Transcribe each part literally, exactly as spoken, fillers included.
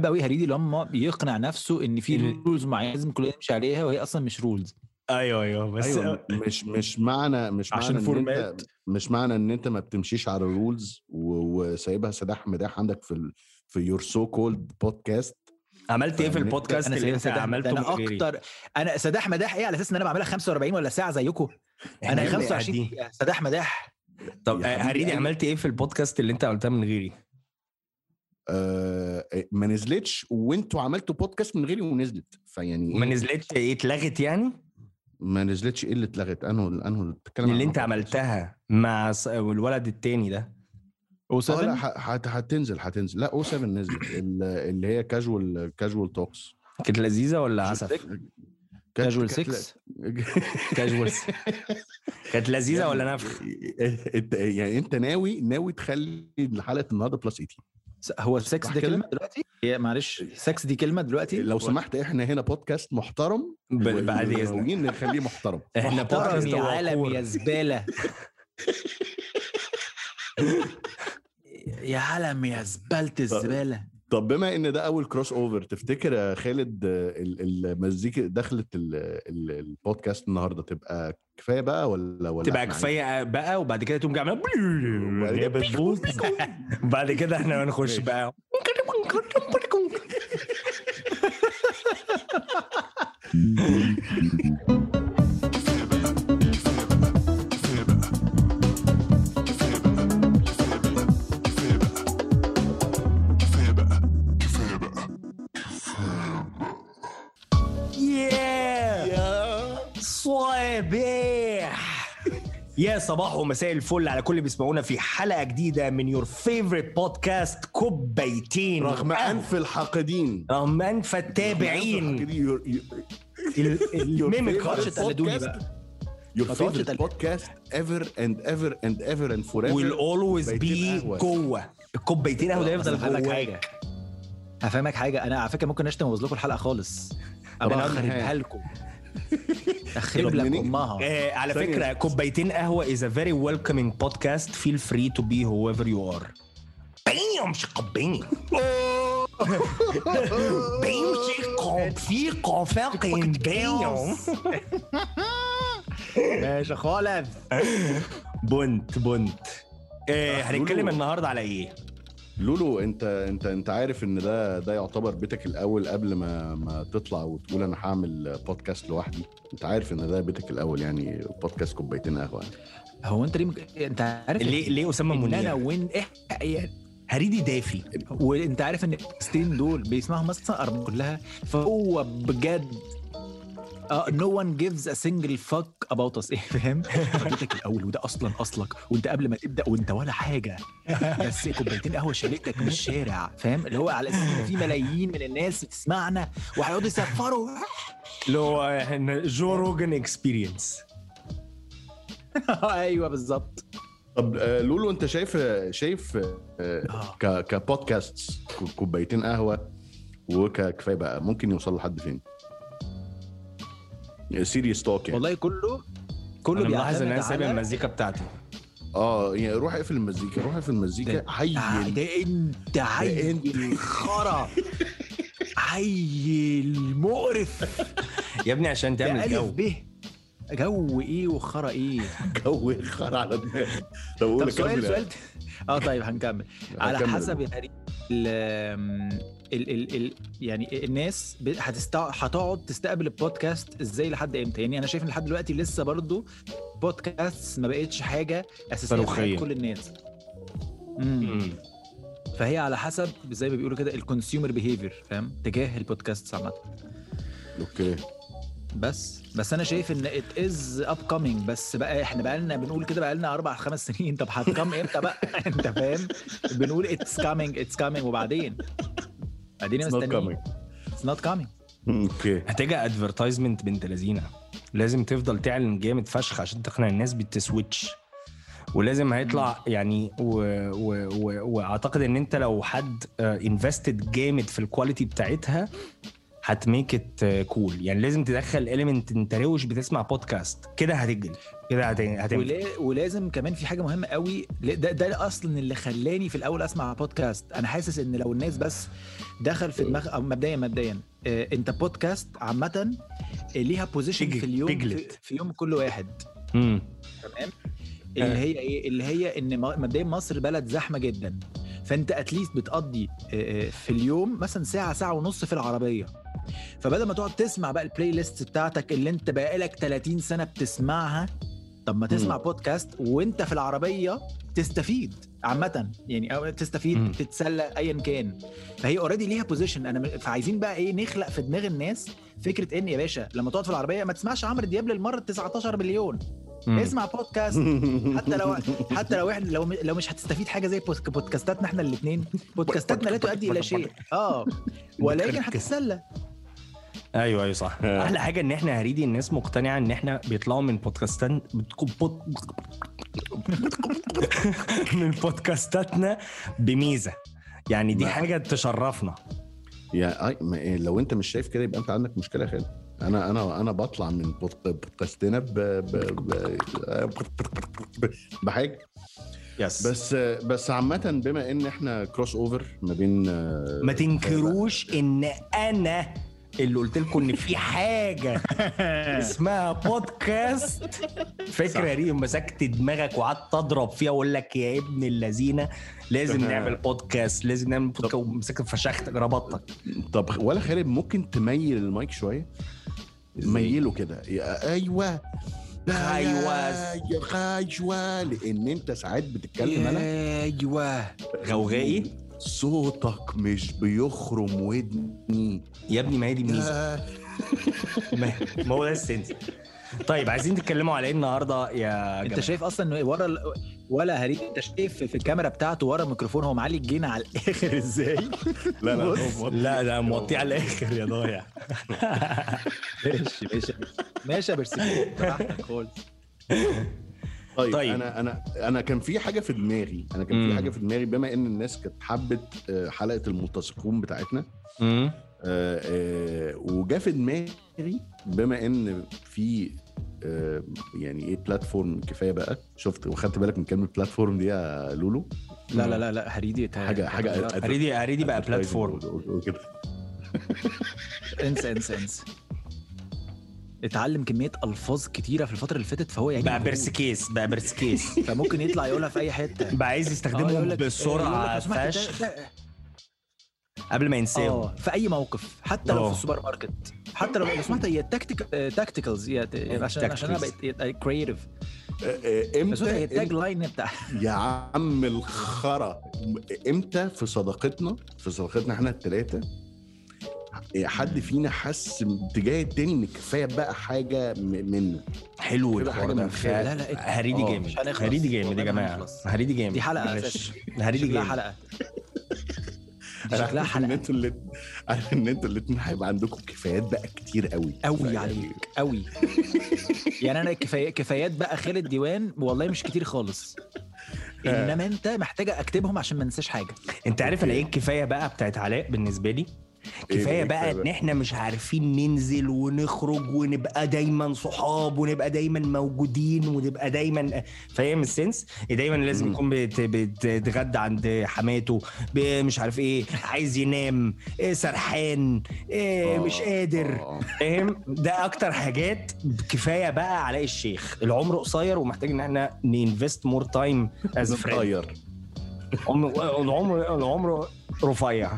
بحب قوي هريدي لما بيقنع نفسه ان في رولز معينه لازم كلنا نمشي عليها وهي اصلا مش رولز. ايوه ايوه بس أيوة مش مش معنى مش عشان معنى ان فورمات. انت مش معنى ان انت ما بتمشيش على الرولز وسايبها سداح مداح عندك في ال في يور سو كولد بودكاست. عملت ايه في البودكاست انا اللي انت عملته من انا غيري؟ اكتر انا سداح مداح ايه على اساس ان انا بعملها خمسة وأربعين ولا ساعه زيكم؟ انا خمسة وعشرين دقيقه سداح مداح. طب هريدي عملت ايه في البودكاست اللي انت عملتها من غيري؟ آه ما نزلتش وانتوا عملتوا بودكاست من غيري ونزلت فيعني ما نزلتش ايه اتلغت يعني؟ ما نزلتش ايه اللي اتلغت؟ انه انه بتتكلم اللي انت عملتها مع الولد التاني ده او اه سبعة. لا هتنزل هتنزل لا او سبعة نزلت اللي هي كاجوال كاجوال توكس. كانت لذيذه ولا عسف؟ كاجوال ستة كاجوال كانت لذيذه ولا نفخ؟ انت يعني انت ناوي ناوي تخلي حلقه النهارده بلس ثمانية عشر؟ هو سكس دي كلمه دلوقتي؟ هي معلش سكس دي كلمه دلوقتي لو سمحت احنا هنا بودكاست محترم بعد اذنك نخليه محترم. احنا محترم يا عالم يا زباله يا عالم يا زباله الزباله. طب بما ان ده اول كروس اوفر تفتكر يا خالد المزيكا دخلت البودكاست النهارده تبقى كفايه بقى ولا ولا تبقى كفايه بقى وبعد كده تقوم جاي بتبوظ بعد كده احنا هنخش بقى يا صباح ومساء الفل على كل اللي بيسمعونا في حلقة جديدة من يور فيفوريت بودكاست كوبايتين. رغم أنف الحاقدين، رغم أنف التابعين، الميميكرز تقلدوني بقى. Your favorite podcast ever and ever and ever and forever will always be جوه الكوبايتين قهوة. ده يفضل جواك. هفهمك حاجة، أنا على فكرة ممكن أشتم وأبوظ لكم الحلقة خالص، أبقى أخربها لكم أخرب لك أمها. آه على فكرة كوبايتين قهوة is a very welcoming podcast. Feel free to be whoever you are. بيم شقبيني بيم شقب في قفاقين بيم ماشي خالف. بنت بنت آه هنتكلم النهاردة على إيه؟ لولو انت انت انت عارف ان ده ده يعتبر بيتك الاول قبل ما ما تطلع وتقول انا هعمل بودكاست لوحدي. انت عارف ان ده بيتك الاول يعني بودكاست كوبايتين قهوه. هو انت ليه مك... انت عارف ليه ليه اسامه منير انا وين ايه هريدي دافي، وانت عارف ان الستين دول بيسمعوا مثلا اربعه كلها، فهو بجد Uh, no one gives a single fuck about us. ايه فاهم؟ بيتك الاول وده اصلا اصلك وانت قبل ما تبدا وانت ولا حاجه، بس كوبايتين قهوه شالتك من الشارع، فاهم؟ اللي هو على اساس ان في ملايين من الناس بتسمعنا وهيقعدوا يسفروا اللي هو جو روجن اكسبيرينس. ايوه بالظبط. طب لولو انت شايف شايف ك كبودكاست كوبايتين قهوه وكفايه بقى ممكن يوصل لحد فين؟ سيريس توك يعني. والله كله كله بيعتمد على سايب المزيكا بتاعتي. اه يعني روح اقفل المزيكا، روح اقفل المزيكا. عيل ده انت عيل خرا عيل مقرف يا ابني عشان تعمل جو. به جو ايه وخرا ايه؟ جو خرا على دماغي. طب, طب سؤال سؤال اه طيب هنكمل على حسب يعني ال ال ال ال يعني الناس هتستع... هتقعد تستقبل البودكاست ازاي لحد امتى؟ يعني انا شايف ان لحد دلوقتي لسه برضو بودكاست ما بقتش حاجه اساسيه في كل الناس. امم فهي على حسب زي ما بيقولوا كده الكونسيومر بيهيفير، فاهم؟ تجاه البودكاست عامه. اوكي بس بس انا شايف ان it is upcoming. بس بقى احنا بقى لنا بنقول كده بقى لنا اربع خمس سنين. طب هتكم امتى بقى؟ انت فاهم؟ بنقول it's coming it's coming وبعدين بعدين مستنيين it's not coming. اوكي هتيجي ادفرتايزمنت بنت لذينه، لازم تفضل تعلن جامد فشخ عشان تقنع الناس بالتسويتش، ولازم هيطلع يعني واعتقد ان انت لو حد انفستد جامد في الكواليتي بتاعتها هتميك ات كول. يعني لازم تدخل اليمنت انت روش بتسمع بودكاست كده هتجري كده هتنفع. ولا ولازم كمان في حاجه مهمه قوي، ده ده اصلا اللي خلاني في الاول اسمع بودكاست. انا حاسس ان لو الناس بس دخل في دماغ او مبدئيا مبدئيا آه انت بودكاست عامه ليها بوزيشن في اليوم في, في يوم كل واحد. امم تمام. اللي هي ايه؟ اللي هي ان مبدئيا مصر بلد زحمه جدا، فانت اتليست بتقضي في اليوم مثلا ساعه ساعه ونص في العربيه، فبدل ما تقعد تسمع بقى البلاي ليست بتاعتك اللي انت بقالك ثلاثين سنه بتسمعها، طب ما تسمع م. بودكاست وانت في العربيه تستفيد عامه يعني، او تستفيد م. تتسلى ايا كان. فهي اوريدي ليها بوزيشن. انا فعايزين بقى ايه نخلق في دماغ الناس فكره ان يا باشا لما تقعد في العربيه ما تسمعش عمرو دياب للمره تسعتاشر مليون، مم. اسمع بودكاست. حتى لو حتى لو احنا لو لو مش هتستفيد حاجه زي بودكاستاتنا احنا الاثنين، بودكاستاتنا لا تؤدي الى شيء اه ولكن هتتسلى. ايوه ايوه صح. احلى حاجه ان احنا هريدي الناس مقتنعه ان احنا بيطلعوا من بودكاستات بتكون بود... من بودكاستاتنا بميزه، يعني دي حاجه تشرفنا. يا لو انت مش شايف كده يبقى انت عندك مشكله خالص. انا انا انا بطلع من بودكاستنا ب بحاجه يس. بس بس عامه بما ان احنا كروس اوفر ما بين، ما تنكروش ان انا اللي قلت لكم ان في حاجه اسمها بودكاست. فكره دي مسكت دماغك وقعدت تضرب فيها واقول لك يا ابن اللذينه لازم نعمل بودكاست لازم نعمل بودكاست ومسكت فشخت ربطتك. طب ولا خالد ممكن تميل المايك شويه؟ ميله كده. ايوه ايوه يا خايجوا، لان انت ساعات بتتكلم انا ايوه غوغائي صوتك مش بيخرم ودني يا ابني. ما هي دي ميزه. ما هو ده السنس. طيب عايزين نتكلموا على ايه النهارده يا جماعه؟ انت شايف اصلا ورا ال... ولا هريد انت شايف في الكاميرا بتاعته ورا الميكروفون هو معلي الجين على الاخر ازاي؟ لا لا لا لا موطي على الاخر يا ضايع. ماشي ماشي ماشي يا برسيم براحتك خالص. طيب, طيب انا انا انا كان في حاجه في دماغي انا كان في حاجه في دماغي بما ان الناس كانت حبت حلقه الملتصقون بتاعتنا، امم آه آه وجا في دماغي بما ان في آه يعني ايه بلاتفورم كفايه بقى. شفت وخدت بالك من كلمه بلاتفورم دي يا لولو؟ لا لا لا لا هريدي حاجه حاجه هريدي هريدي بقى بلاتفورم كده. انسى انسى انسى اتعلم كميه الفاظ كتيره في الفتره اللي فاتت، فهو يعني بقى برسكيس بقى برسكيس فممكن يطلع يقولها في اي حته بقى عايز يستخدمه بسرعه فشخ قبل ما ينساه اه في اي موقف، حتى لو في السوبر ماركت، حتى لو سمعت هي تاكتيك تاكتيكالز عشان عشان انا بقيت كرييتيف. امتى هي التاج لاين بتاع يا عم الخرا؟ امتى في صداقتنا في صداقتنا احنا الثلاثه حد فينا حس تجاه التاني ان كفايه بقى حاجه منه؟ حلو الحوار ده. لا لا هريدي جامد هريدي جامد يا جماعه. هريدي جامد دي حلقه هريدي جامد حلقه شكلها حلقه. ان انتوا اللي عارف ان انتوا الاثنين هيبقى عندكم كفايات بقى كتير قوي قوي عليك قوي. يعني انا كفايه كفايات بقى خالد ديوان والله مش كتير خالص، انما انت محتاجه اكتبهم عشان ما ننساش حاجه. انت عارف انا ايه الكفايه بقى بتاعت علاء بالنسبه لي؟ كفايه إيه بقى ان احنا مش عارفين ننزل ونخرج ونبقى دايما صحاب ونبقى دايما موجودين ونبقى دايما فاهم السنس. دايما لازم يكون بيتغدى عند حماته مش عارف ايه، عايز ينام إيه، سرحان إيه، مش قادر فاهم. ده اكتر حاجات كفايه بقى. علاء الشيخ العمر قصير ومحتاج ان احنا نinvest more time as a friend. العمر العمر رفيع.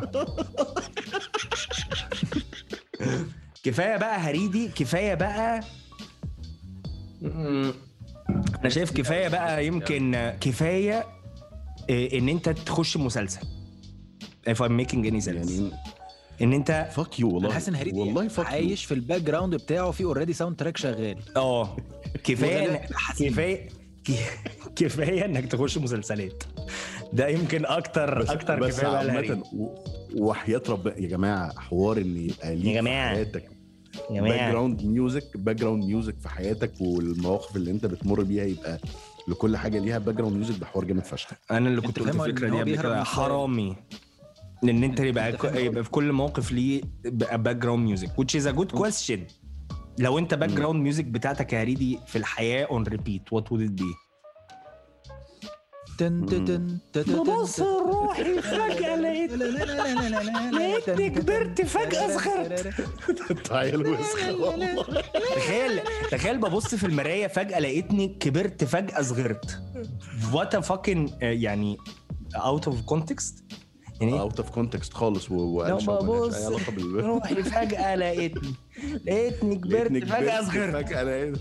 كفايه بقى هريدي كفايه بقى. انا شايف كفايه بقى يمكن كفايه ان انت تخش مسلسل if I'm making any sense. يعني ان انت فاك يو والله. حاسس ان هريدي والله عايش في الباك جراوند بتاعه في اوريدي ساوند تراك شغال. اه كفايه كفايه كفايه انك تخش مسلسلات. ده يمكن اكتر بس اكتر بس كفايه بقى. وحياه ربنا يا جماعه حوار ان يبقى ليك في حياتك باك جراوند ميوزك باك جراوند ميوزك في حياتك والمواقف اللي انت بتمر بيها يبقى لكل حاجه ليها باك جراوند ميوزك. ده حوار جامد فشخ. انا اللي كنت قلت الفكره دي قبل كده. حرامي ان انت يبقى يبقى في كل موقف ليه باك جراوند ميوزك which is a good question. لو انت باك جراوند ميوزك بتاعتك يا هريدي في الحياه on repeat what would it be؟ تن تن ببص روحي فجأة لقيت لقيتني كبرت فجأة صغرت. تخيل تخيل ببص في المراية فجأة لقيتني كبرت فجأة صغرت. what a fucking يعني out of context يعني اوت اوف كونتكست خالص لو ببص روحي فجأة لقيتني لقيتني كبرت فجأة صغرت. فجأة لقيت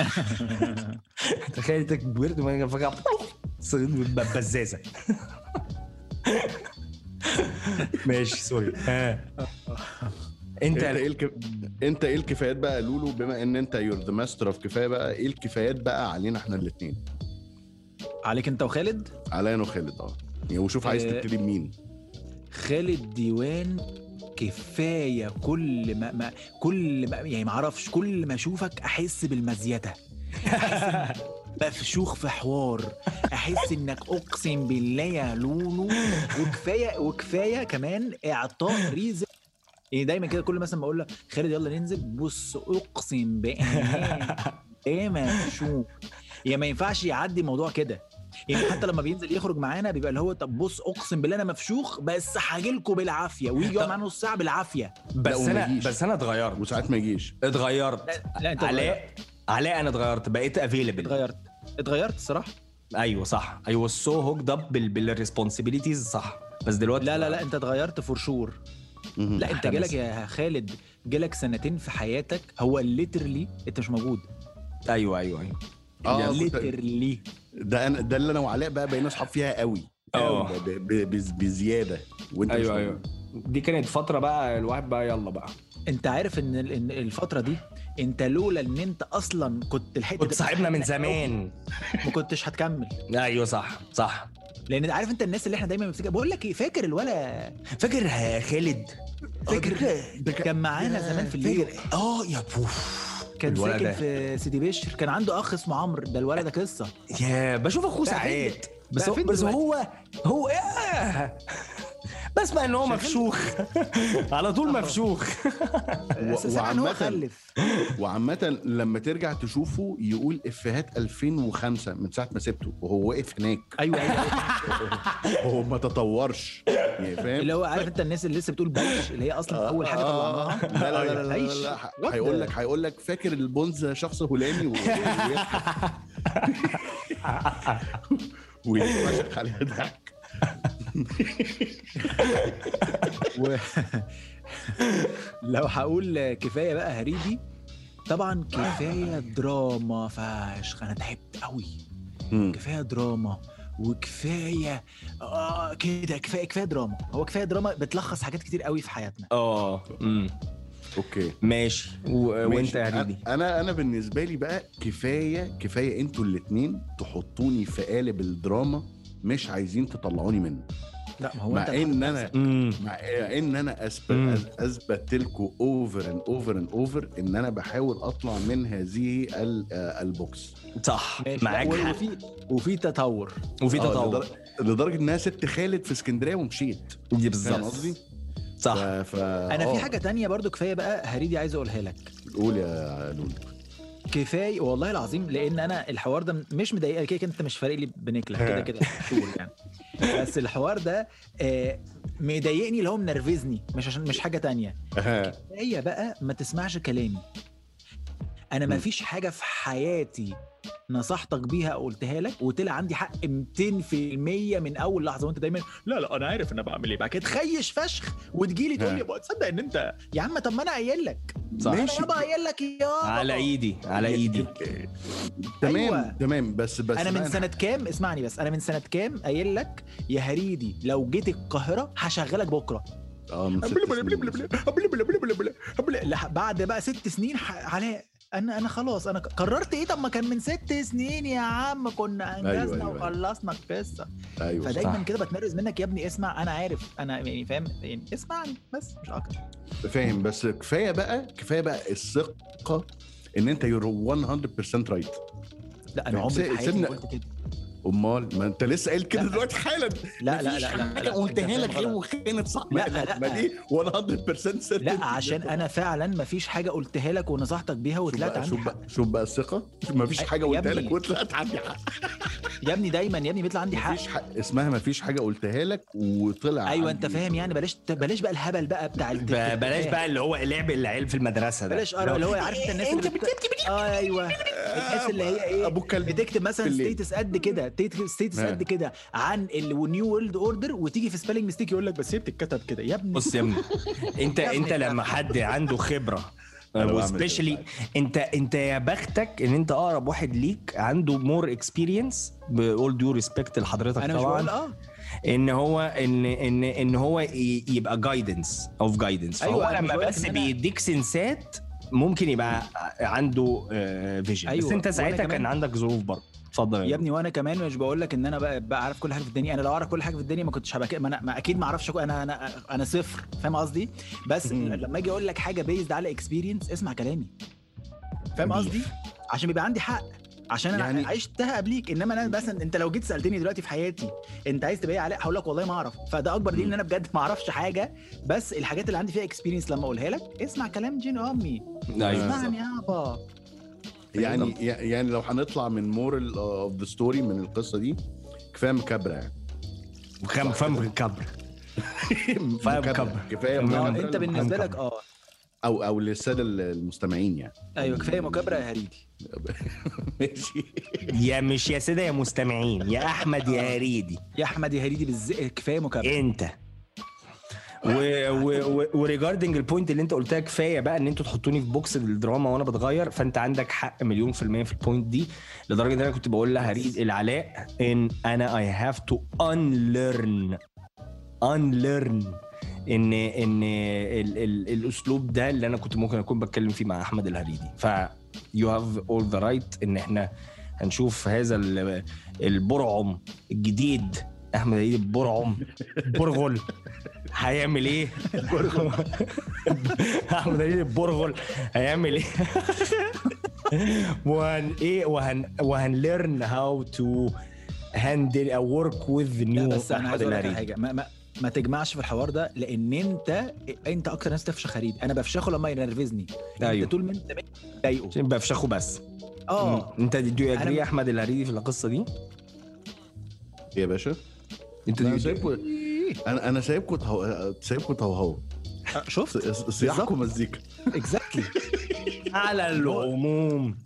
تخيل كبرت فجأة صغير ببزازة. ماشي سوري. ها انت ايه الك... انت ايه الكفايات بقى لولو بما ان انت يور ذا ماستر اوف كفايه بقى ايه الكفايات بقى علينا احنا الاثنين؟ عليك انت وخالد؟ عليا انا وخالد اه يعني وشوف عايز تبتدي بمين. خالد ديوان كفايه كل ما, ما كل ما يعني ما اعرفش كل ما اشوفك احس بالمزيته مفشوخ في حوار احس انك اقسم بالله يا لولو وكفايه وكفايه كمان اعطاء ريزن يعني دايما كده كل مثلا ما اقول له خالد يلا ننزل بص اقسم بالله ايه مفشوخ يا ما ينفعش يعدي موضوع كده يعني حتى لما بينزل يخرج معانا بيبقى اللي هو طب بص اقسم بالله انا مفشوخ بس هاجيلكوا بالعافيه ويجي يقعد معانا نص ساعه بالعافيه بس انا بس انا اتغيرت وساعات ما يجيش اتغيرت لا, لا انت علاء علاء انا اتغيرت بقيت افيلبل اتغيرت اتغيرت الصراحه ايوه صح I was so hooked up بالريسبونسبيليتيز صح بس دلوقتي لا لا لا انت اتغيرت فور شور لا انت جالك يا خالد جالك سنتين في حياتك هو ليترلي انت مش موجود. ايوه ايوه ايوه اه ليترلي ده انا ده اللي انا وعلاء بقى بقينا اصحاب فيها قوي اه بزياده وانت ايوه ايوه دي كانت فتره بقى الواحد بقى يلا بقى انت عارف ان الفتره دي انت لولا ان انت اصلا كنت الحته كنت صاحبنا من زمان ما كنتش هتكمل. ايوه صح صح لان عارف انت الناس اللي احنا دايما بنفتكر بقول لك ايه فاكر الولا فاكر خالد فاكر كان معانا زمان في الليل اه يا بوف كان ساكن في سيدي بشر كان عنده اخ اسمه عمرو ده الولد ده قصه يا بشوف اخوه ساعات بس هو بس هو هو ايه بسمع ان هو مفشوخ على طول مفشوخ وعامة وعامة لما ترجع تشوفه يقول افيهات ألفين وخمسة من ساعة ما سبته وهو واقف هناك. ايوه ايوه هو ما تطورش يعني فاهم اللي هو عارف انت الناس اللي لسه بتقول بلش اللي هي اصلا اول حاجه طلعناها. لا لا لا لا, لا, لا. هيقول لك هيقول لك فاكر البونز شخص هلامي ويضحك عليها ضحك و... لو هقول كفايه بقى هريدي طبعا كفايه دراما فشخ انا تعبت قوي كفايه دراما وكفايه اه كده كفايه كفايه دراما هو كفايه دراما بتلخص حاجات كتير قوي في حياتنا. اه امم اوكي ماشي و... وانت يا هريدي؟ انا انا بالنسبه لي بقى كفايه كفايه انتوا الاثنين تحطوني في قالب الدراما مش عايزين تطلعوني منه. لا ما هو مع ان انا مم. مع ان انا اثبت اثبت لكم اوفر اند اوفر اند اوفر ان انا بحاول اطلع من هذه البوكس. صح معاك وفي وفي تطور وفي تطور لدرجه ان انا سبت خالد في اسكندريه ومشيت. دي بالظبط قصدي صح. ف... انا في حاجه تانية برضو كفايه بقى هريدي عايز اقولها لك. قول يا لولو. كفايه والله العظيم لان انا الحوار ده مش مضايقك كده انت مش فارق لي بنكله كده كده شغل يعني بس الحوار ده آه مضايقني اللي هو منرفزني مش عشان مش حاجه تانية. كفايه بقى ما تسمعش كلامي انا ما فيش حاجه في حياتي نصحتك بيها قلتها لك وطلع عندي حق مئتين في المية من اول لحظه وانت دايما لا لا انا عارف انا بعمل ايه. بعد كده تخيش فشخ وتجيلي تقول لي بقى تصدق ان انت يا عم طب ما انا قايل لك ماشي انا قايل لك يا على ايدي على ايدي تمام أيوة. تمام بس بس انا من سنه كام اسمعني بس انا من سنه كام قايل لك يا هريدي لو جيت القاهره هشغلك بكره. اه من بعد بقى ست سنين علاء انا انا خلاص انا قررت ايه. طب ما كان من ست سنين يا عم كنا انجزنا أيوة أيوة وخلصنا القصه. أيوة فدايما كده بتنرفز منك يا ابني اسمع انا عارف انا يعني فاهم يعني اسمعني بس مش اكتر. فاهم بس كفايه بقى كفايه بقى الثقه ان انت يور مية بالمية رايت. لا انا عمري في حياتي قلت كده امال ما انت لسه قايل كده دلوقتي حالا. لا لا لا لا, لا قلتها لك غير وخانت صح. لا لا لا دي مية بالمية سر. لا عشان انا فعلا ما فيش حاجه قلتها لك ونصحتك بيها وطلعت عندي شوف بقى شوف بقى الثقه. ما فيش حاجه قلتها لك وطلعت عندي حق يا ابني. دايما يا ابني بيطلع عندي حق. مفيش حق اسمها ما فيش حاجه قلتها لك وطلع. ايوه انت فاهم يعني. بلاش بلاش بقى الهبل بقى بتاع التفكير. بلاش بقى اللي هو لعب العيال في المدرسه ده. بلاش اللي هو عارف انت الناس اللي بت... اه ايوه الناس اللي هي ايه بتكتب مثلا ستيتس قد كده ستيتس قد كده عن النيو وورلد اوردر وتيجي في سبيلنج ميستيك يقول لك بس هي بتتكتب كده يا ابني. بص يا ابني انت انت لما حد عنده خبره وسبيشالي انت انت يا بختك ان انت اقرب واحد ليك عنده مور اكسبيرينس بقول ديو ريسبكت لحضرتك طبعا. اه ان هو ان ان ان هو يبقى جايدنس اوف جايدنس. فهو أيوة لما بس بيديك سنسات ممكن يبقى عنده فيجن. أيوة. بس انت ساعتها كان عندك ظروف برضه. اتفضل يا ابني. وانا كمان مش بقول لك ان انا بقى بعرف كل حاجه في الدنيا. انا لو اعرف كل حاجه في الدنيا ما كنتش هبقى ما, ما اكيد ما اعرفش. انا انا انا صفر. فاهم قصدي؟ بس لما اجي اقول لك حاجه بيزد على اكسبيرينس اسمع كلامي. فاهم قصدي؟ عشان بيبقى عندي حق عشان انا يعني عشتها قبليك. انما انا مثلا انت لو جيت سالتني دلوقتي في حياتي انت عايز تبقى ايه علاء هقول لك والله ما اعرف. فده اكبر دليل ان انا بجد ما اعرفش حاجه. بس الحاجات اللي عندي فيها اكسبيرينس لما اقولها لك اسمع كلام جين امي. اسمعني يابا. يعني يعني لو هنطلع من مورال اوف ذا ستوري من القصه دي كفايه مكبره يعني. وكم فم مكبره فاهم مكبره كفايه. انت بالنسبه لك اه او او للساده المستمعين يعني. ايوه كفايه مكبره يا هريدي. ماشي يا مش يا ساده يا مستمعين يا احمد يا هريدي يا احمد يا هريدي بالذات كفايه مكبره انت. وريجاردنج البوينت اللي انت قلتها كفايه بقى ان انتوا تحطوني في بوكس الدراما وانا بتغير. فانت عندك حق مليون في المية في البوينت دي. لدرجه ان انا كنت بقول لها هريد العلاء ان انا I have to unlearn unlearn ان ان ال ال الاسلوب ده اللي انا كنت ممكن اكون بتكلم فيه مع احمد الهريدي. ف you have all the right ان احنا هنشوف هذا البرعم الجديد. احمد الهريدي البرعم برغل هيعمل ايه؟ احمد الهريدي البرغل هيعمل ايه؟ وهن ايه وهن وهن learn how to handle or work with the new. بس انا عايز اقول لك حاجه ما, ما ما تجمعش في الحوار ده لان انت انت اكتر ناس تفشخ هريدي. انا بفشخه لما ينرفزني. أيوه. انت طول ما انت ضايقه عشان بفشخه بس. اه انت دي اجري احمد الهريدي في القصه دي يا باشا. انت انا سايبكم انا انا سايبكم سايبكم توهو. شفت صياحكم مزيكا اكزاكتلي. على العموم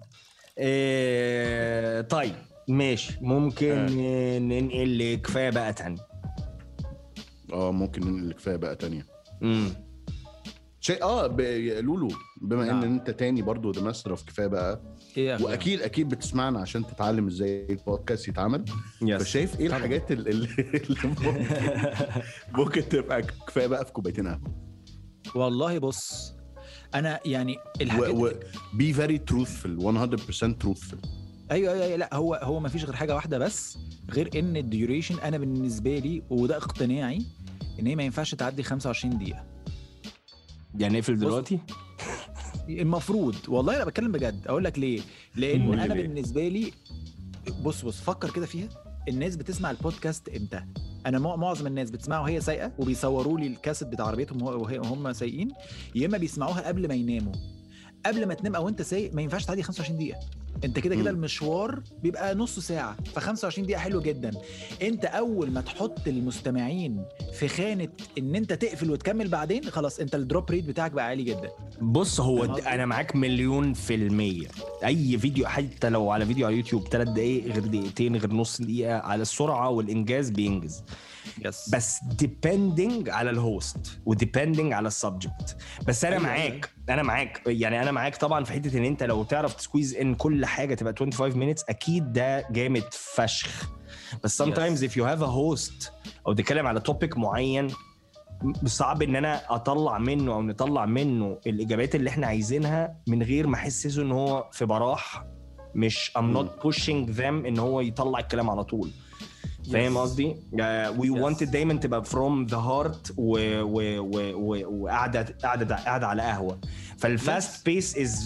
إيه طيب ماشي ممكن آه. ننقل كفايه بقى تاني. اه ممكن ننقل كفايه بقى تانية. امم شيء اه ب... لولو بما نعم. ان انت تاني برضو ده ماستر اوف كفايه بقى. إيه واكيد اكيد بتسمعنا عشان تتعلم ازاي البودكاست يتعمل. yes. فشايف ايه الحاجات اللي, اللي ممكن, ممكن تبقى كفايه بقى في كوبايتين قهوه. والله بص انا يعني الحاجات و... و... be very truthful one hundred percent truthful. ايوه ايوه لا هو هو ما فيش غير حاجه واحده بس غير ان الديوريشن انا بالنسبه لي وده اقتناعي ان هي ما ينفعش تعدي خمسة وعشرين دقيقه. يعني نقفل دلوقتي المفروض. والله انا بتكلم بجد. اقول لك ليه. لان انا بالنسبه لي بص بص فكر كده فيها. الناس بتسمع البودكاست امتى؟ انا معظم الناس بتسمعه وهي سايقه وبيصوروا لي الكاسيت بتاع عربيتهم وهم سايقين. يا اما بيسمعوها قبل ما يناموا. قبل ما تنام او انت سايق ما ينفعش تعدي خمسة وعشرين دقيقه. انت كده كده المشوار بيبقى نص ساعه ف25 دقيقه حلو جدا. انت اول ما تحط المستمعين في خانه ان انت تقفل وتكمل بعدين خلاص انت الدروب ريت بتاعك بقى عالي جدا. بص هو انا معاك مليون في المية. اي فيديو حتى لو على فيديو على يوتيوب ثلاث دقايق غير دقيقتين غير نص دقيقه على السرعه والانجاز بينجز. yes. بس depending على الهوست و depending على السبجكت. بس انا معاك انا معاك يعني انا معاك طبعا في حته ان انت لو تعرف تسكويز ان كل حاجه تبقى خمسة وعشرين minutes اكيد ده جامد فشخ. بس sometimes yes. if you have a host او تتكلم على topic معين صعب ان انا اطلع منه او نطلع منه الاجابات اللي احنا عايزينها من غير ما احسسه ان هو في براح. مش I'm not pushing them ان هو يطلع الكلام على طول. فاهم قصدي؟ we yes. wanted دايما تبقى from the heart و و و وقاعده قاعده قاعده على قهوه. فالفاست بيس is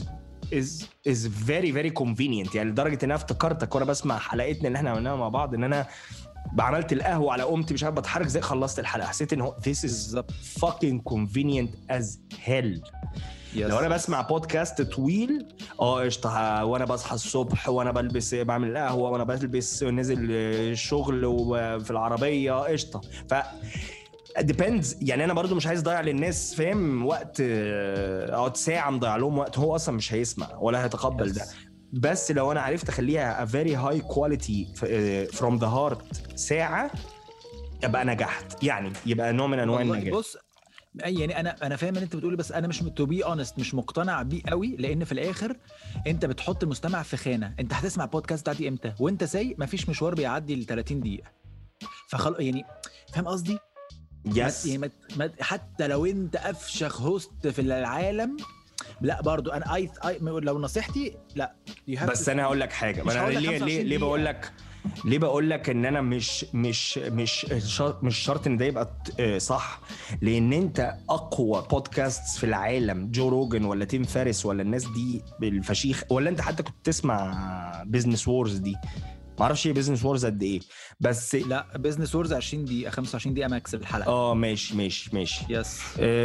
is is very very convenient يعني لدرجه ان انا افتكرتك وانا بسمع حلقتنا اللي احنا عملناها مع بعض ان انا عملت القهوه على قمت مش عارف بتحرك زي خلصت الحلقه حسيت ان هو this is fucking convenient as hell. yes. لو انا بسمع بودكاست طويل اه قشطه وانا بصحى الصبح وانا بلبس بعمل القهوه وانا بلبس ونازل الشغل وفي العربيه قشطه ف depends يعني انا برضو مش عايز اضيع للناس فاهم وقت اقعد ساعه مضيع لهم وقت هو اصلا مش هيسمع ولا هيتقبل yes. ده بس لو انا عرفت اخليها a very high quality from the heart ساعه يبقى نجحت يعني يبقى نوع من انواع النجاح. بص يعني انا انا فاهم اللي انت بتقوله بس انا مش to be honest مش مقتنع بيه قوي لان في الاخر انت بتحط المستمع في خانه. انت هتسمع بودكاست بتاعتي امتى وانت ساي مفيش مشوار بيعدي ل ثلاثين دقيقه فخل يعني فاهم قصدي يس yes. حتى لو انت افشخ هوست في العالم لا برضو انا اي لو نصيحتي لا بس انا هقول لك حاجه انا ليه ليه ليه بقول لك ليه بقول لك ان انا مش مش مش مش شرط ان ده يبقى صح لان انت اقوى بودكاست في العالم جو روجن ولا تيم فارس ولا الناس دي بالفشيخ ولا انت حتى كنت تسمع بيزنس وورز دي ما اعرفش ايه بيزنس وورز قد ايه بس لا بيزنس وورز عشرين دقيقه خمسة وعشرين دقيقه ماكس الحلقه اه ماشي ماشي ماشي يس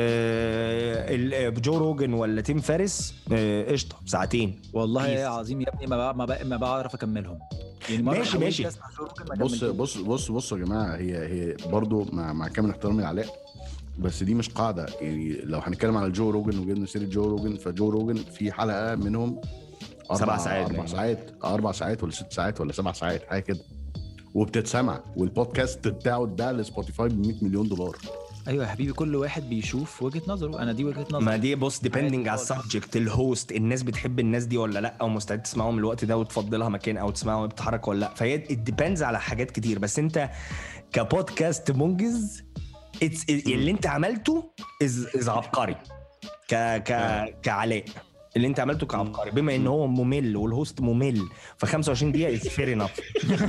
آه جو روجن ولا تيم فارس قشطه آه ساعتين والله يا عظيم يا ابني ما ما, ما بعرف اكملهم يعني ماشي ماشي بص بص بص بص يا جماعه هي هي برضو مع مع كامل احترامي لعلاء بس دي مش قاعده يعني لو هنتكلم على جو روجن وجبنا سيره جو روجن فجو روجن في حلقه منهم سبع ساعات أربع ساعات أربع ساعات ولا ست ساعات ولا سبع ساعات حاجة كده وبتتسمع والبودكاست بتاعه اتباع لسبوتيفاي ب مية مليون دولار. ايوه يا حبيبي كل واحد بيشوف وجهة نظره انا دي وجهة نظري ما دي بص depending على السبجكت الهوست الناس بتحب الناس دي ولا لا او مستعد تسمعهم الوقت ده وتفضلها مكان او تسمعهم بتتحرك ولا لا فهي it depends على حاجات كتير بس انت كبودكاست منجز اللي انت عملته is عبقري ك ك كعلاء اللي انت عملته كعبقري بما ان هو ممل والهوست ممل ف خمسة وعشرين دقيقه is fair enough.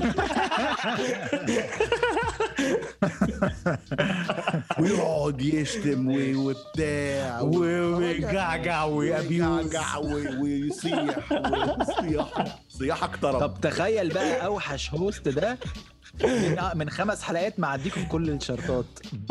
ويقعد يشتم وبتاع ويجعجع ويابيوز ويصيح وصياح صياح اكتر. طب تخيل بقى اوحش هوست ده من خمس حلقات معديكم في كل الشرطات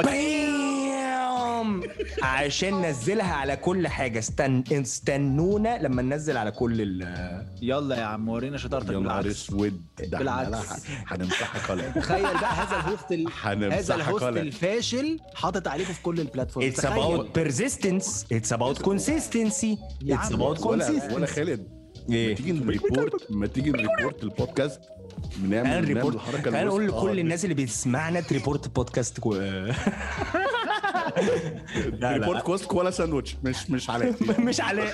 عشان ننزلها على كل حاجه استن... استنونا لما ننزل على كل ال يلا يا عم ورينا شطارتك بالعكس بالعكس هنمسحها خالص. تخيل بقى هذا الهوست ال... هذا الهوست الفاشل حاطط عليكم في كل البلاتفورم. It's about persistence it's about consistency it's about consistency. ولا خالد ما تيجي نريبورت ما تيجي نريبورت البودكاست بنعمل نعمل الحركه خلينا نقول لكل الناس اللي بتسمعنا تريبورت بودكاست كو... ريبورت كوست ولا ساندويتش مش مش علاء مش علاء.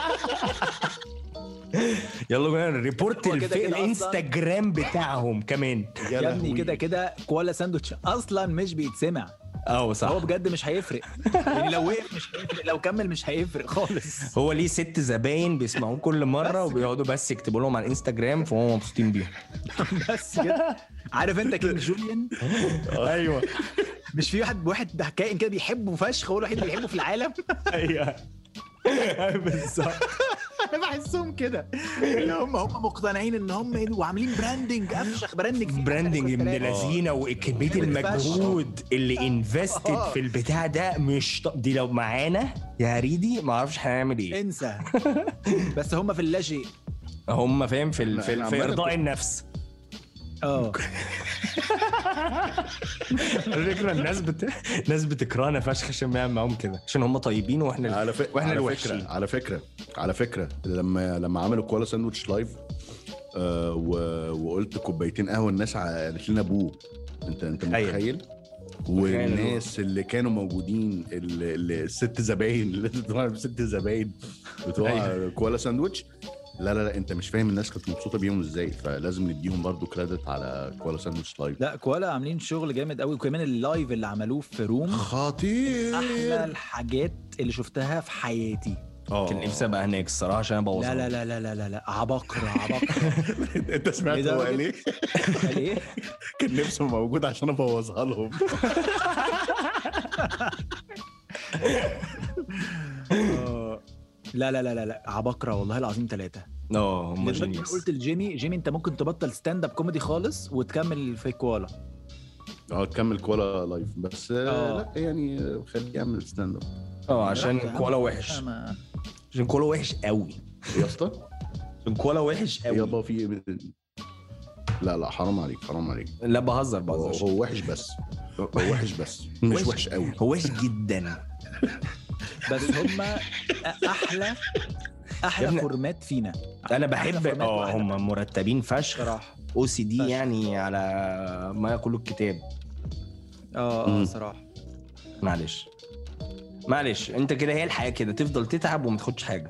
يلا بينا ريبورت الانستجرام بتاعهم كمان يا ابني كده كده كوالا ساندويتش اصلا مش بيتسمع اه صح هو بجد مش هيفرق يعني لو وقف مش هيفرق لو كمل مش هيفرق خالص. هو ليه ست زباين بيسمعوه كل مره وبيقعدوا بس يكتبوا لهم على الانستجرام فهم مبسوطين بيهم بس كده. عارف انت كينج جوليان؟ ايوه مش في واحد واحد كائن كده بيحبه فشخ هو الوحيد اللي بيحبه في العالم. ايوه بالظبط. انا بحسهم كده اللي هم هم مقتنعين ان هم وعاملين براندنج افشخ براندنج براندنج ابن لذينه وكميه المجهود اللي انفستد في البتاع ده مش دي لو معانا يا ريدي ما اعرفش هنعمل ايه انسى. بس هم في اللاجئ هم فاهم في في, في ارضاء النفس. اه الفكره الناس بت... الناس بتكرهنا فشخ عشان بنعمل معاهم كده عشان هم طيبين واحنا على ف... واحنا على الوحشين. فكره على فكره على فكره لما لما عملوا كوالا ساندويتش لايف آه و... وقلت كوبايتين قهوه الناس قالت لنا بو انت انت متخيل؟ والناس اللي كانوا موجودين الست زباين اللي بتوع ست زباين بتوع كوالا ساندويتش لا لا لا انت مش فاهم الناس كانت مبسوطه بيهم ازاي فلازم نديهم برضو كريدت على كوالا ساندويتش لايف. لا كوالا عاملين شغل جامد قوي وكمان اللايف اللي عملوه في روم خطير احلى الحاجات اللي شفتها في حياتي. كان نفسي ابقى هناك الصراحه عشان ابوظها. لا لا لا لا لا لا عبقرة عبقرة. انت سمعت هو قال ايه؟ قال ايه؟ كان نفسه موجود عشان ابوظها لهم. لا لا لا لا, لا. عبقرة والله العظيم ثلاثة. اه هم لدرجة إن جينيوس. قلت لجيمي جيمي انت ممكن تبطل ستاند اب كوميدي خالص وتكمل في كوالا. اه تكمل كوالا لايف بس آه. آه. لا يعني آه، خليه يعمل ستاند اب. اه عشان براحته يا عم. كوالا وحش. ما- عشان كوالا وحش قوي. يا اسطى عشان كوالا وحش قوي. يابا في إيه؟ لا لا حرام عليك حرام عليك. لا بهزر هو, بهزر. هو وحش بس هو وحش بس مش وحش قوي. هو وحش جدا. بس هما احلى يا احلى ابني، فورمات فينا. انا أحلى بحب فورمات اه وأحلى هم مرتبين فشخ. صراحة. او سي دي فشخ. يعني على ما يقول الكتاب. اه اه مم. صراحة. معلش معلش انت كده هي الحياه كده، تفضل تتعب وما تاخدش حاجه.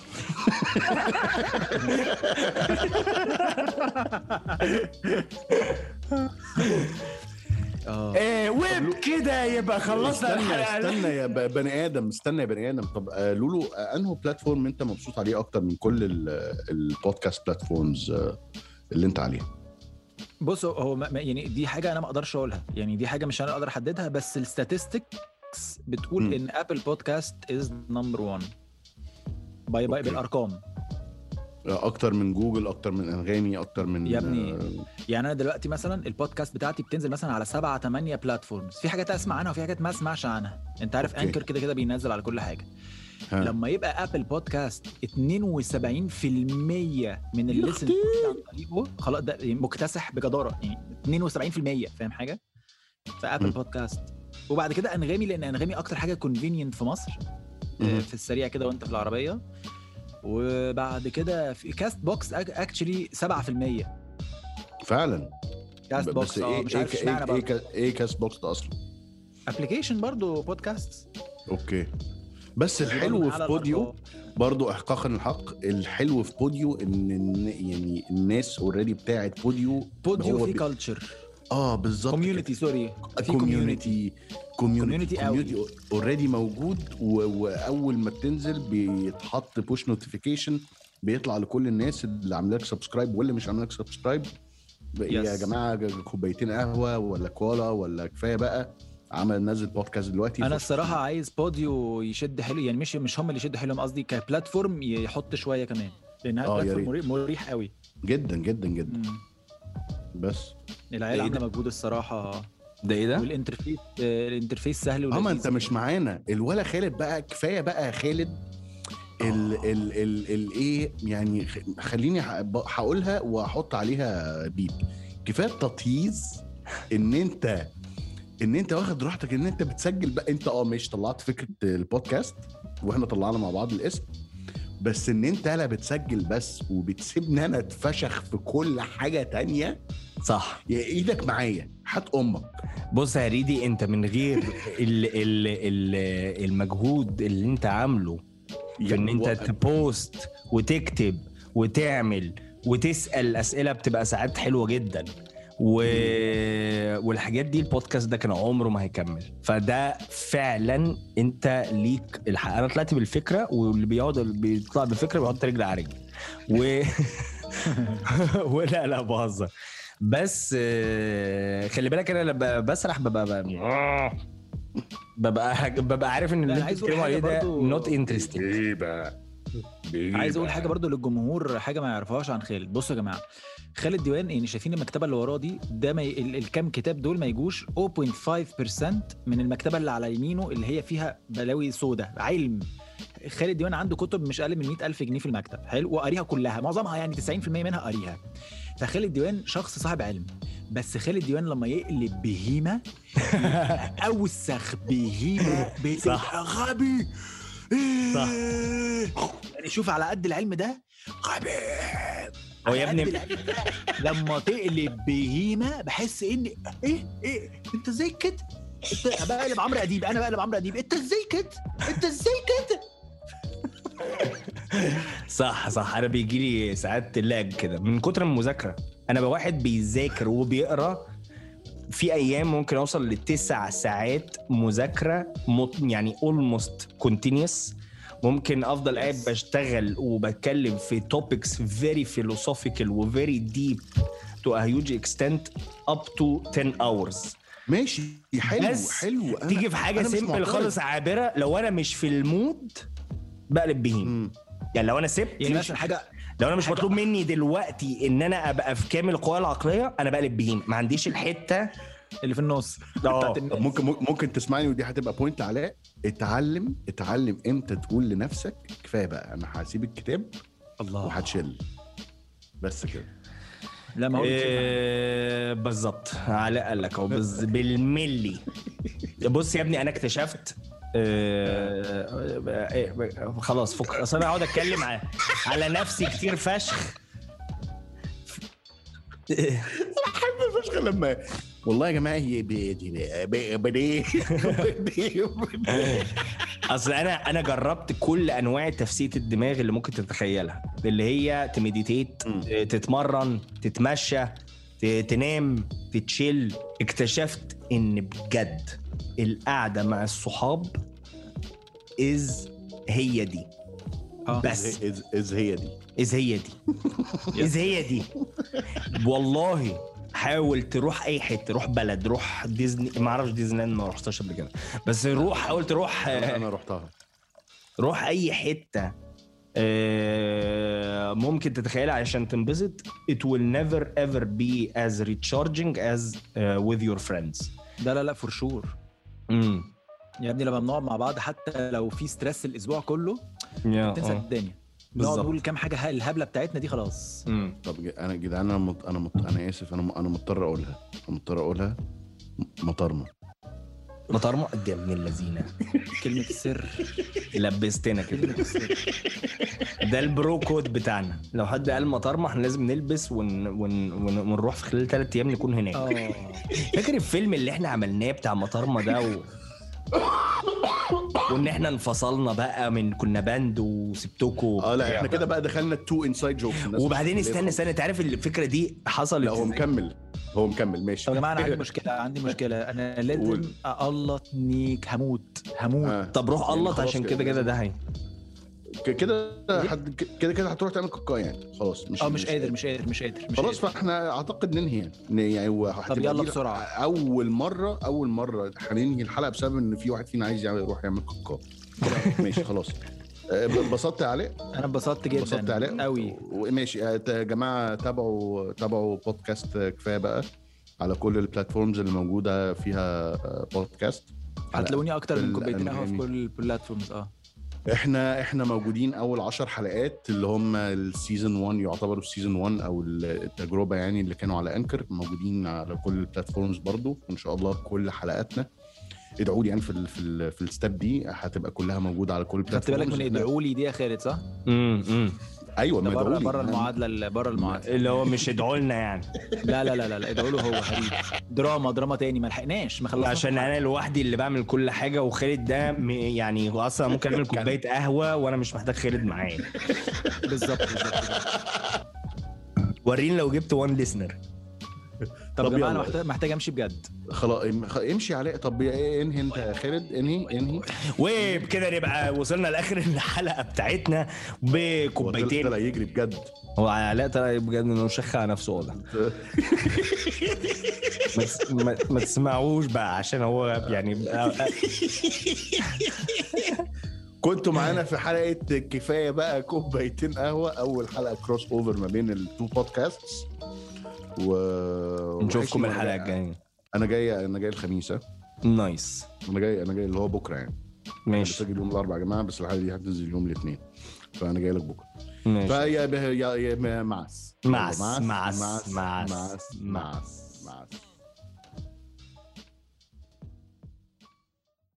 اه ايه ويب كده يبقى خلصنا استنى الحلقه. استنى يا ب- بني ادم استنى يا بني ادم. طب آه، لولو آه، انه بلاتفورم انت مبسوط عليه اكتر من كل ال- البودكاست بلاتفورمز آه، اللي انت عليها؟ بص هو ما ما- يعني دي حاجه انا ما اقدرش اقولها، يعني دي حاجه مش انا اقدر احددها، بس الستاتستكس بتقول مم. ان ابل بودكاست از نمبر واحد باي باي أوكي. بالارقام. آه، اكتر من جوجل، اكتر من انغامي، اكتر من يا ابني. آه، يعني انا دلوقتي مثلا البودكاست بتاعتي بتنزل مثلا على سبعة تمانية بلاتفورمز، في حاجات اسمع عنها وفي حاجات ما اسمعش عنها. انت عارف أوكي. انكر كده كده بينزل على كل حاجه. ها. لما يبقى ابل بودكاست اتنين وسبعين في المية من الليسن عن طريقه، خلاص ده مكتسح بجداره، يعني اتنين وسبعين في المية فاهم حاجه في ابل م. بودكاست. وبعد كده انغامي، لان انغامي اكتر حاجه كونفينينت في مصر مهم. في السريع كده وانت في العربيه. وبعد كده في كاست بوكس اكشلي سبعة في المية. فعلا. كاست ب- بوكس بس اه ايه مش ايه عارف ايه اشمعنى ايه, برضه. كا- ايه كاس بوكس ده اصلا؟ ابلكيشن برضه بودكاست. اوكي. بس الحلو في بوديو برضو احقاقا الحق، الحلو في بوديو ان إن- يعني الناس اوريدي بتاعت بوديو بوديو هو في بي- كلتشر اه بالظبط كوميونتي سوري في كوميونتي كوميونتي Community قوي. كوميونتي اوريدي موجود و- واول ما بتنزل بيتحط بوش نوتيفيكيشن بيطلع لكل الناس اللي عامله لك سبسكرايب واللي مش عامله لك سبسكرايب. يا Yes. جماعه كوبايتين قهوه ولا كوالا ولا كفايه بقى عمل نازل بودكاست دلوقتي. انا فش- الصراحه عايز بوديو يشد حلو، يعني مش مش هم اللي يشدوا حلو، قصدي كبلاتفورم يحط شويه كمان، لانها آه، يا بلاتفورم ريت. مريح, مريح قوي. جدا جدا جدا. مم. بس العيال إيه عامله ده؟ مجهود الصراحه، ده ايه ده؟ والانترفيس آه، الانترفيس سهل اه ما ولذيذ. انت مش معانا الولا خالد بقى، كفايه بقى يا خالد. ال ال ال ال ايه يعني خ- خليني ح- ب- هقولها واحط عليها بيب. كفايه التطييز ان انت ان انت واخد راحتك ان انت بتسجل بقى. انت اه مش طلعت فكره البودكاست واحنا طلعنا مع بعض الاسم، بس ان انت لا بتسجل بس وبتسيبني انا اتفشخ في كل حاجه تانية. صح. يا ايدك معايا هات امك. بص يا ريدي، انت من غير ال ال ال المجهود اللي انت عامله في ان انت تبوست وتكتب وتعمل وتسأل اسئله بتبقى ساعات حلوه جدا و... والحاجات دي البودكاست ده كان عمره ما هيكمل. فده فعلا انت ليك الحق. انا طلعت بالفكره، واللي بيقعد بيطلع بالفكره بيحط رجل على رجل و... ولا لا بهزر. بس آه، خلي بالك انا لما بسرح ببقى ببقى, ببقى, ببقى عارف ان لا، اللي أنا انت عايز أقول بتتكلموا عليه حاجة ده برضو. نوت انترستنج. ايه بقى عايز اقول حاجه برضو للجمهور، حاجه ما يعرفوهاش عن خالد. بصوا يا جماعه، خالد ديوان يعني شايفين المكتبه اللي وراه دي، ده ما ي... ال- الكام كتاب دول ما يجوش صفر فاصلة خمسة بالمية من المكتبه اللي على يمينه اللي هي فيها بلاوي سودا علم. خالد ديوان عنده كتب مش اقل من مئة ألف جنيه في المكتب، حلو، وقاريها كلها، معظمها يعني تسعين في المية منها قاريها. فخالد ديوان شخص صاحب علم. بس خالد ديوان لما يقلب بهيمه اوسخ بهيمه بتبقى غبي. صح. يعني شوف على قد العلم ده غبي. هو يا على ابني- قد العلم ده لما تقلب بهيمه بحس ان ايه ايه انت ازاي كده؟ انت بقلب عمرو اديب، انا بقلب عمرو اديب، انت ازاي كده؟ انت ازاي كده؟ صح صح. انا بيجي لي ساعات لاج كده من كتر المذاكره. انا بقى واحد بيذاكر وبيقرا في ايام ممكن اوصل لتسع ساعات مذاكره مط... يعني almost continuous. ممكن افضل قاعد بشتغل وبتكلم في topics very philosophical و very deep to a huge extent up to ten hours. ماشي حلو بس حلو. أنا- تيجي في حاجه أنا مش سيمبل معترض. خالص عابره، لو انا مش في المود بقلب بهيم. مم. يعني لو انا سبت يعني مثلا حاجه لو انا مش مطلوب مني دلوقتي ان انا ابقى في كامل القوى العقليه انا بقلب بهيم. ما عنديش الحته اللي في النص اه بتاعت الناس. ممكن ممكن تسمعني ودي هتبقى بوينت علاء. اتعلم اتعلم امتى تقول لنفسك كفايه بقى انا هسيب الكتاب الله وهتشيل بس كده. لا ما هو إيه بالظبط. علاء قال لك اهو بز- بالملي. بص يا ابني انا اكتشفت آه، آه، خلاص فك اصل انا اقعد اتكلم على على نفسي كتير فشخ. بحب فشخ لما والله يا جماعه هي بيدي بدي اصل انا انا جربت كل انواع تفسير الدماغ اللي ممكن تتخيلها، اللي هي تمديتيت، تتمرن، تتمشى، ت- تنام، تتشيل. اكتشفت ان بجد القعده مع الصحاب از هي دي آه. بس از از هي دي از هي دي از هي دي والله. حاول تروح اي حته، روح بلد، روح ديزني، ما اعرفش ديزني لاند ما رحتش قبل كده، بس روح حاول تروح انا رحتها. روح اي حته آه، ممكن تتخيلها عشان تنبسط. it will never ever be as recharging as uh, with your friends. ده لا لا فور شور امم يا ابني لما بنقعد مع بعض حتى لو في ستريس الاسبوع كله يا تنسى آه. الدنيا، نقعد بالظبط. نقول كام حاجه ه- الهبله بتاعتنا دي خلاص. امم طب انا يا جدعان انا مط... انا مط... انا اسف انا م... انا مضطر اقولها انا مضطر اقولها مطرمه مطرمه قد يا ابن اللذينه. كلمه السر لبستنا كده. كلمه السر ده البرو كود بتاعنا. لو حد قال مطرمه احنا لازم نلبس ون... ون... ون... ونروح في خلال ثلاث ايام نكون هناك. اه فاكر الفيلم اللي احنا عملناه بتاع مطرمه ده و... وان احنا انفصلنا بقى من كنا باند وسبتكوا اه لا احنا كده بقى دخلنا تو انسايد جوكس. وبعدين استنى استنى تعرف الفكره دي حصلت لا هو إزاي؟ مكمل هو مكمل ماشي. طب يا جماعه انا عندي مشكله عندي مشكله انا لازم اقلط نيك هموت هموت آه. طب روح يعني قلط خلاص عشان كده كده كده لازم. ده هي ك- كده حد كده كده هتروح تعمل كوكا يعني خلاص مش اه مش قادر مش قادر مش قادر مش خلاص. قادر. فاحنا اعتقد ننهي يعني يعني هو طب هتبقى يلا دي بسرعه. اول مره اول مره هننهي الحلقه بسبب ان في واحد فينا عايز يروح يعمل كوكا. ماشي خلاص. انبسطت عليه انا انبسطت انبسطت جدا عليه قوي. وماشي يا جماعه تابعوا تابعوا بودكاست كفايه بقى على كل البلاتفورمز اللي موجوده فيها بودكاست. هتلاقوني اكتر من في كوبايتين قهوه في الأنغامي. كل البلاتفورمز. اه احنا احنا موجودين اول عشر حلقات اللي هم السيزون واحد يعتبروا السيزون واحد او التجربه يعني اللي كانوا على انكر موجودين على كل البلاتفورمز برضو. وان شاء الله كل حلقاتنا ادعوا لي يعني في ال في ال في الستاب دي هتبقى كلها موجوده على كل خدت البلاتفورمز. بالك من ادعوا لي دي يا خالد صح؟ امم ايوه ده ما بره ادعوا لي بره المعادله بره المعادله. اللي هو مش ادعوا لنا يعني لا لا لا لا ادعوا له هو حبيبي. دراما دراما تاني ما لحقناش ما خلصناش. عشان انا لوحدي اللي بعمل كل حاجه وخالد ده م- يعني هو اصلا ممكن اعمل كوبايه قهوه وانا مش محتاج خالد معايا. بالظبط بالظبط. وريني لو جبت وان ليسنر. طب يا طب جماعه انا يلا. محتاج محتاج امشي بجد. خلاص امشي عليه. طب انهي انت يا خالد انهي انهي وبكده نبقى وصلنا لاخر الحلقه بتاعتنا بكوبايتين. طلع يجري بجد. هو علاء طلع بجد انه شخ على نفسه واضح. ما تس- ما ما تسمعوش بقى عشان هو يعني كنتوا معانا في حلقه كفايه بقى كوبايتين قهوه اول حلقه كروس اوفر ما بين التو بودكاستس و نشوفكم وحشني. الحلقه الجايه. انا جاي انا جاي الخميس. ها؟ نايس انا جاي انا جاي اللي هو بكره يعني. ماشي بسجل يوم الاربعاء يا جماعه بس الحلقه دي هتنزل يوم الاثنين فانا جاي لك بكره. ماشي فيا يا يا معس معس معس معس معس معس معس معس